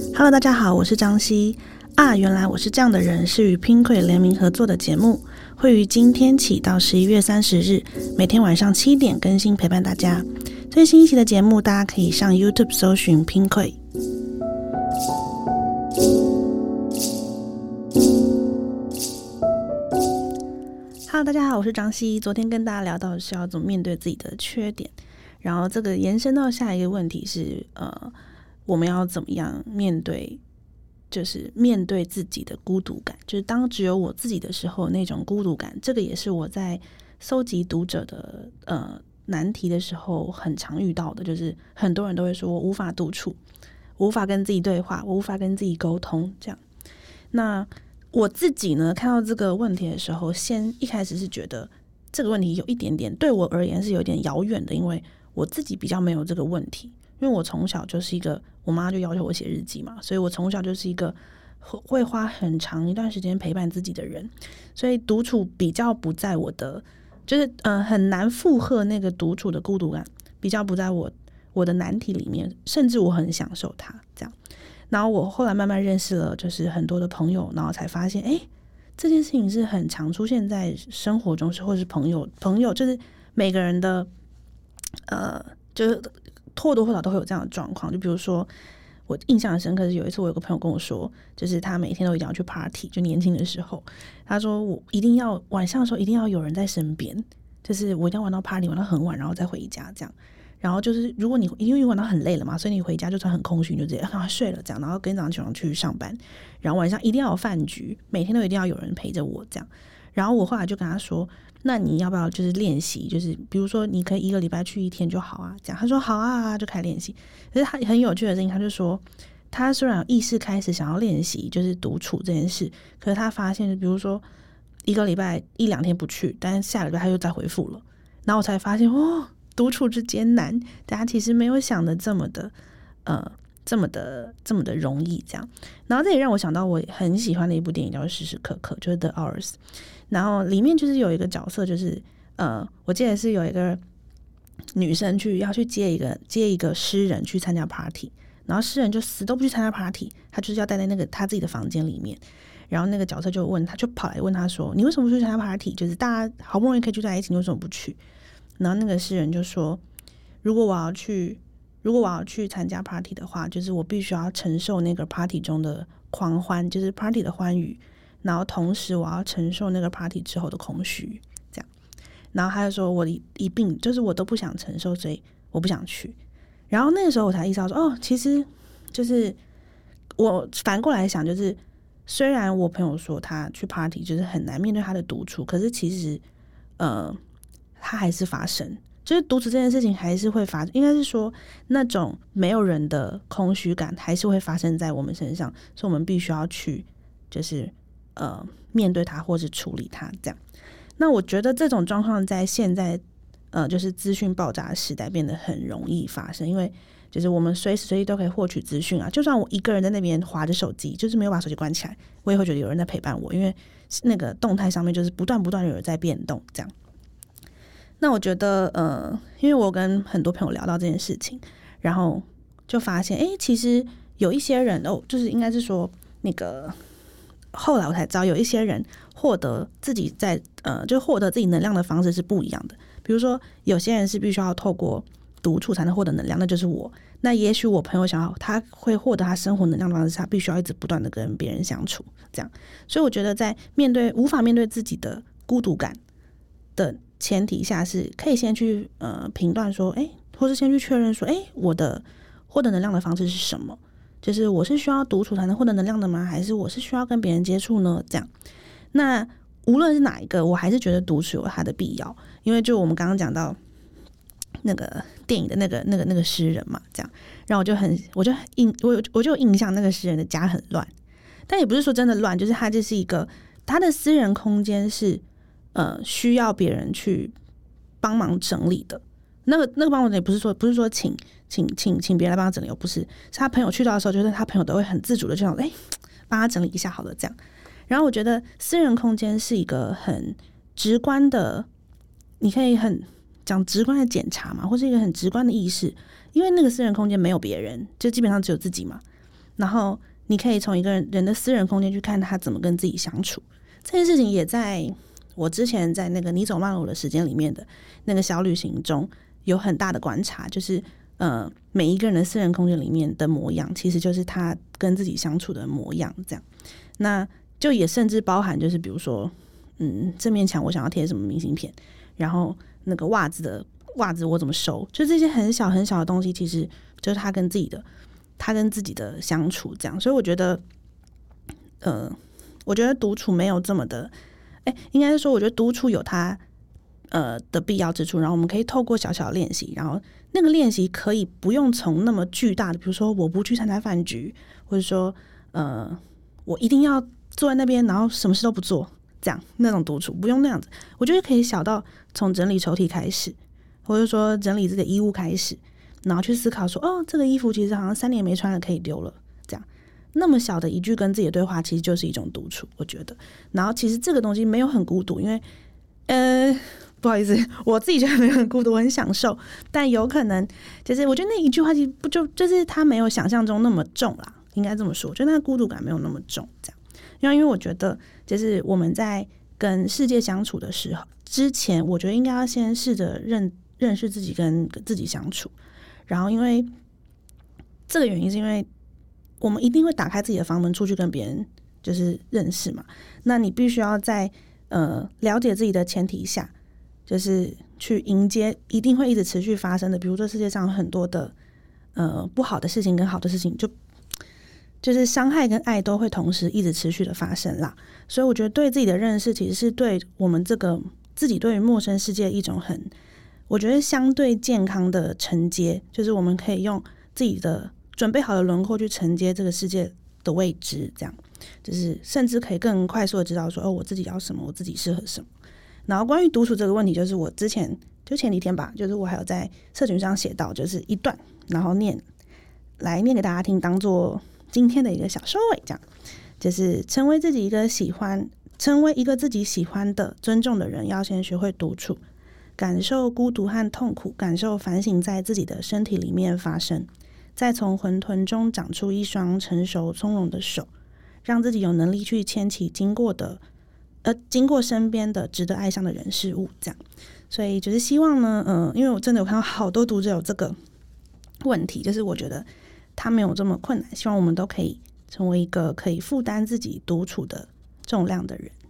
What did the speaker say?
Hello， 大家好，我是张希啊。原来我是这样的人是与 Pinkoi 联名合作的节目，会于今天起到11月30日，每天晚上7点更新陪伴大家。最新一期的节目，大家可以上 YouTube 搜寻 Pinkoi。Hello， 大家好，我是张希。昨天跟大家聊到的是要怎么面对自己的缺点，然后这个延伸到下一个问题是，我们要怎么样面对，就是面对自己的孤独感，就是当只有我自己的时候那种孤独感。这个也是我在搜集读者的难题的时候很常遇到的，就是很多人都会说我无法独处，我无法跟自己对话，我无法跟自己沟通这样。那我自己呢，看到这个问题的时候，一开始是觉得这个问题有一点点对我而言是有点遥远的，因为我自己比较没有这个问题。因为我从小就是一个，我妈就要求我写日记嘛，所以我从小就是一个会花很长一段时间陪伴自己的人，所以独处比较不在我的，就是很难负荷那个独处的孤独感，比较不在我的难题里面，甚至我很享受它这样。然后我后来慢慢认识了就是很多的朋友，然后才发现这件事情是很常出现在生活中，或是朋友就是每个人的就是或多或少都会有这样的状况。就比如说我印象很深刻是有一次我有个朋友跟我说，就是他每天都一定要去 party， 就年轻的时候他说我一定要晚上的时候一定要有人在身边，就是我一定要玩到 party 玩到很晚然后再回家这样。然后就是如果你因为玩到很累了嘛，所以你回家就算很空虚，你就直接睡了这样，然后跟早上起床去上班，然后晚上一定要有饭局，每天都一定要有人陪着我这样。然后我后来就跟他说，那你要不要就是练习，就是比如说你可以1个礼拜去1天就好啊这样。他说好啊，就开始练习。可是他很有趣的事情，他就说他虽然有意识开始想要练习就是独处这件事，可是他发现比如说1个礼拜1、2天不去，但是下个礼拜他又再回复了，然后我才发现独处之艰难，大家其实没有想的这么的容易这样。然后这也让我想到我很喜欢的一部电影叫时时刻刻，就是 The Hours。然后里面就是有一个角色，就是我记得是有一个女生要去接一个诗人去参加 party， 然后诗人就死都不去参加 party， 他就是要待在那个他自己的房间里面。然后那个角色就跑来问他说，你为什么不去参加 party？ 就是大家好不容易可以聚在一起，你为什么不去？然后那个诗人就说，如果我要去参加 party 的话，就是我必须要承受那个 party 中的狂欢，就是 party 的欢愉，然后同时我要承受那个 party 之后的空虚这样。然后他就说我一并就是我都不想承受，所以我不想去。然后那个时候我才意识到说，其实就是我反过来想，就是虽然我朋友说他去 party 就是很难面对他的独处，可是其实它还是发生，就是独处这件事情还是会发生，应该是说那种没有人的空虚感还是会发生在我们身上，所以我们必须要去就是面对它或是处理它这样。那我觉得这种状况在现在就是资讯爆炸的时代变得很容易发生，因为就是我们随时随地都可以获取资讯啊，就算我一个人在那边滑着手机，就是没有把手机关起来，我也会觉得有人在陪伴我，因为那个动态上面就是不断有人在变动这样。那我觉得因为我跟很多朋友聊到这件事情，然后就发现其实有一些人就是应该是说那个后来我才知道，有一些人获得自己就获得自己能量的方式是不一样的。比如说有些人是必须要透过独处才能获得能量，那就是我。那也许我朋友他会获得他生活能量的方式，他必须要一直不断的跟别人相处这样。所以我觉得在无法面对自己的孤独感的前提下，是可以先去评断说或是先去确认说我的获得能量的方式是什么，就是我是需要独处才能获得能量的吗？还是我是需要跟别人接触呢？这样。那无论是哪一个，我还是觉得独处有它的必要，因为就我们刚刚讲到那个电影的那个诗人嘛，这样。然后我就有印象，那个诗人的家很乱，但也不是说真的乱，就是他就是一个他的私人空间是需要别人去帮忙整理的。那个帮忙整理不是说请别人来帮他整理，不是他朋友去到的时候，就是他朋友都会很自主的这样帮他整理一下好了这样。然后我觉得私人空间是一个很直观的，你可以很讲直观的检查嘛，或是一个很直观的意识，因为那个私人空间没有别人，就基本上只有自己嘛。 然后你可以从一个人的私人空间去看他怎么跟自己相处。这件事情也在我之前在那个你走慢了我的时间里面的那个小旅行中有很大的观察，就是每一个人的私人空间里面的模样，其实就是他跟自己相处的模样。这样，那就也甚至包含就是比如说，这面墙我想要贴什么明信片，然后那个袜子我怎么收，就这些很小很小的东西，其实就是他跟自己的相处这样。所以我觉得独处没有这么的，应该是说我觉得独处有它的必要之处，然后我们可以透过小小的练习，然后那个练习可以不用从那么巨大的，比如说我不去参加饭局，或者说我一定要坐在那边然后什么事都不做，这样那种独处不用那样子。我觉得可以小到从整理抽屉开始，或者说整理自己的衣物开始，然后去思考说这个衣服其实好像3年没穿了，可以丢了，这样那么小的一句跟自己的对话其实就是一种独处，我觉得。然后其实这个东西没有很孤独，因为不好意思，我自己觉得没有很孤独，我很享受，但有可能就是我觉得那一句话其实不就是它没有想象中那么重啦，应该这么说，我觉得那个孤独感没有那么重，这样。因为我觉得就是我们在跟世界相处的时候之前，我觉得应该要先试着认识自己跟自己相处。然后因为这个原因是因为我们一定会打开自己的房门出去跟别人就是认识嘛，那你必须要在了解自己的前提下，就是去迎接一定会一直持续发生的，比如说世界上很多的不好的事情跟好的事情，就是伤害跟爱都会同时一直持续的发生啦。所以我觉得对自己的认识其实是对我们这个自己对于陌生世界一种我觉得相对健康的承接，就是我们可以用自己的准备好的轮廓去承接这个世界的未知，这样就是甚至可以更快速的知道说我自己要什么，我自己适合什么。然后关于独处这个问题，就是我之前就前几天吧，就是我还有在社群上写到就是一段，然后念给大家听，当做今天的一个小收尾。这样就是成为一个自己喜欢的尊重的人，要先学会独处，感受孤独和痛苦，感受反省在自己的身体里面发生，再从混沌中长出一双成熟从容的手，让自己有能力去牵起经过身边的值得爱上的人事物。这样，所以就是希望呢因为我真的有看到好多读者有这个问题，就是我觉得他没有这么困难，希望我们都可以成为一个可以负担自己独处的重量的人。